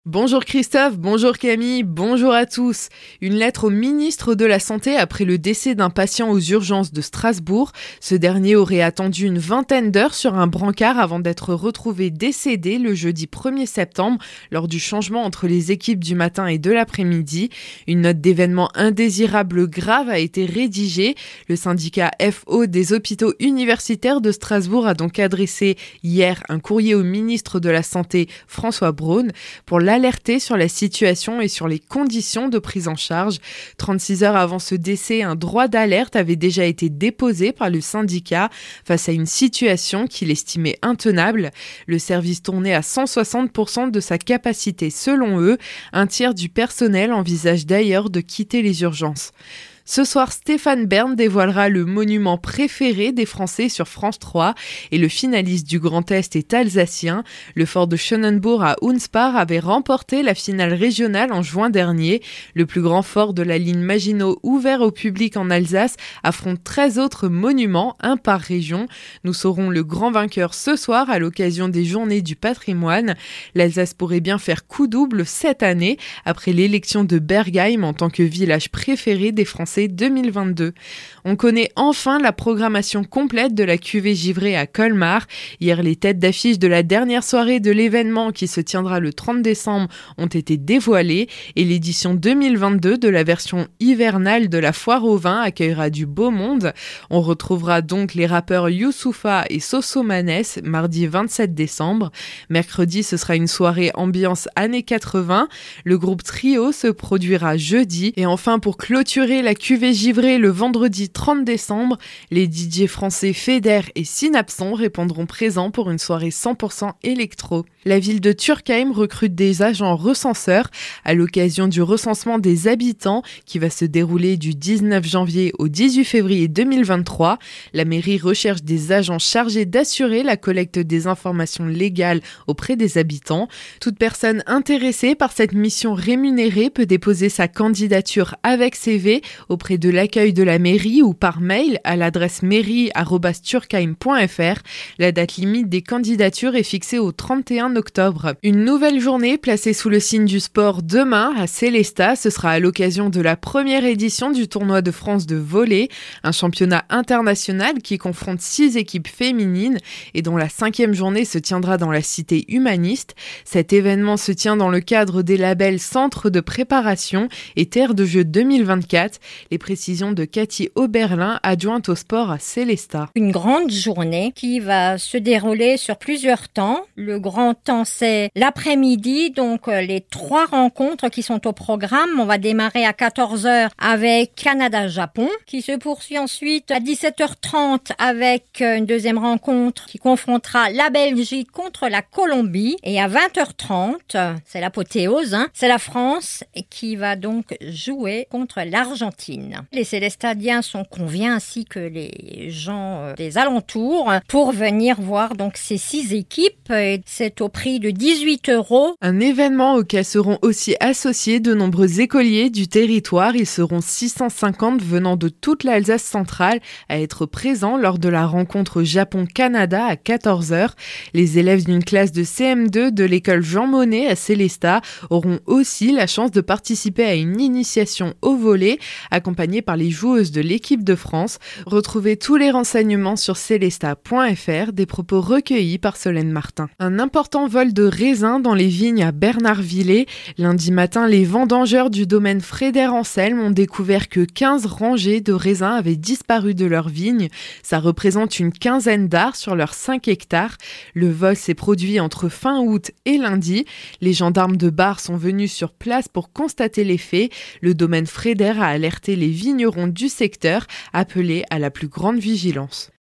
Bonjour Christophe, bonjour Camille, bonjour à tous. Une lettre au ministre de la Santé après le décès d'un patient aux urgences de Strasbourg. Ce dernier aurait attendu une vingtaine d'heures sur un brancard avant d'être retrouvé décédé le jeudi 1er septembre lors du changement entre les équipes du matin et de l'après-midi. Une note d'événement indésirable grave a été rédigée. Le syndicat FO des hôpitaux universitaires de Strasbourg a donc adressé hier un courrier au ministre de la Santé François Braun pour l'alerter sur la situation et sur les conditions de prise en charge. 36 heures avant ce décès, un droit d'alerte avait déjà été déposé par le syndicat face à une situation qu'il estimait intenable. Le service tournait à 160% de sa capacité selon eux. Un tiers du personnel envisage d'ailleurs de quitter les urgences. Ce soir, Stéphane Bern dévoilera le monument préféré des Français sur France 3 et le finaliste du Grand Est est alsacien. Le fort de Schönenbourg à Unspar avait remporté la finale régionale en juin dernier. Le plus grand fort de la ligne Maginot ouvert au public en Alsace affronte 13 autres monuments, un par région. Nous saurons le grand vainqueur ce soir à l'occasion des Journées du patrimoine. L'Alsace pourrait bien faire coup double cette année après l'élection de Bergheim en tant que village préféré des Français 2022. On connaît enfin la programmation complète de la cuvée givrée à Colmar. Hier, les têtes d'affiche de la dernière soirée de l'événement qui se tiendra le 30 décembre ont été dévoilées et l'édition 2022 de la version hivernale de la foire au vin accueillera du beau monde. On retrouvera donc les rappeurs Youssoupha et Sosomanes mardi 27 décembre. Mercredi, ce sera une soirée ambiance années 80. Le groupe Trio se produira jeudi. Et enfin, pour clôturer la cuvée givrée le vendredi 30 décembre, les DJ français Feder et Synapson répondront présents pour une soirée 100% électro. La ville de Turkheim recrute des agents recenseurs à l'occasion du recensement des habitants qui va se dérouler du 19 janvier au 18 février 2023. La mairie recherche des agents chargés d'assurer la collecte des informations légales auprès des habitants. Toute personne intéressée par cette mission rémunérée peut déposer sa candidature avec CV auprès de l'accueil de la mairie ou par mail à l'adresse mairie@turkheim.fr. La date limite des candidatures est fixée au 31 octobre. Une nouvelle journée placée sous le signe du sport demain à Sélestat. Ce sera à l'occasion de la première édition du tournoi de France de volley, un championnat international qui confronte 6 équipes féminines et dont la 5e journée se tiendra dans la cité humaniste. Cet événement se tient dans le cadre des labels Centre de préparation et Terre de jeu 2024. Les précisions de Cathy Oberlin, adjointe au sport à Sélestat. Une grande journée qui va se dérouler sur plusieurs temps. Le grand temps, c'est l'après-midi, donc les 3 rencontres qui sont au programme. On va démarrer à 14h avec Canada-Japon, qui se poursuit ensuite à 17h30 avec une deuxième rencontre qui confrontera la Belgique contre la Colombie. Et à 20h30, c'est l'apothéose, c'est la France qui va donc jouer contre l'Argentine. Les Célestadiens sont conviés ainsi que les gens des alentours pour venir voir donc ces 6 équipes. C'est au prix de 18 €. Un événement auquel seront aussi associés de nombreux écoliers du territoire. Ils seront 650 venant de toute l'Alsace centrale à être présents lors de la rencontre Japon-Canada à 14h. Les élèves d'une classe de CM2 de l'école Jean Monnet à Sélestat auront aussi la chance de participer à une initiation au volley accompagnée par les joueuses de l'équipe de France. Retrouvez tous les renseignements sur Sélestat.fr, des propos recueillis par Solène Martin. Un important vol de raisins dans les vignes à Bernardvillers. Lundi matin, les vendangeurs du domaine Frédère-Anselme ont découvert que 15 rangées de raisins avaient disparu de leurs vignes. Ça représente une quinzaine d'arts sur leurs 5 hectares. Le vol s'est produit entre fin août et lundi. Les gendarmes de Bar sont venus sur place pour constater les faits. Le domaine Frédère a alerté les vignerons du secteur, appelés à la plus grande vigilance.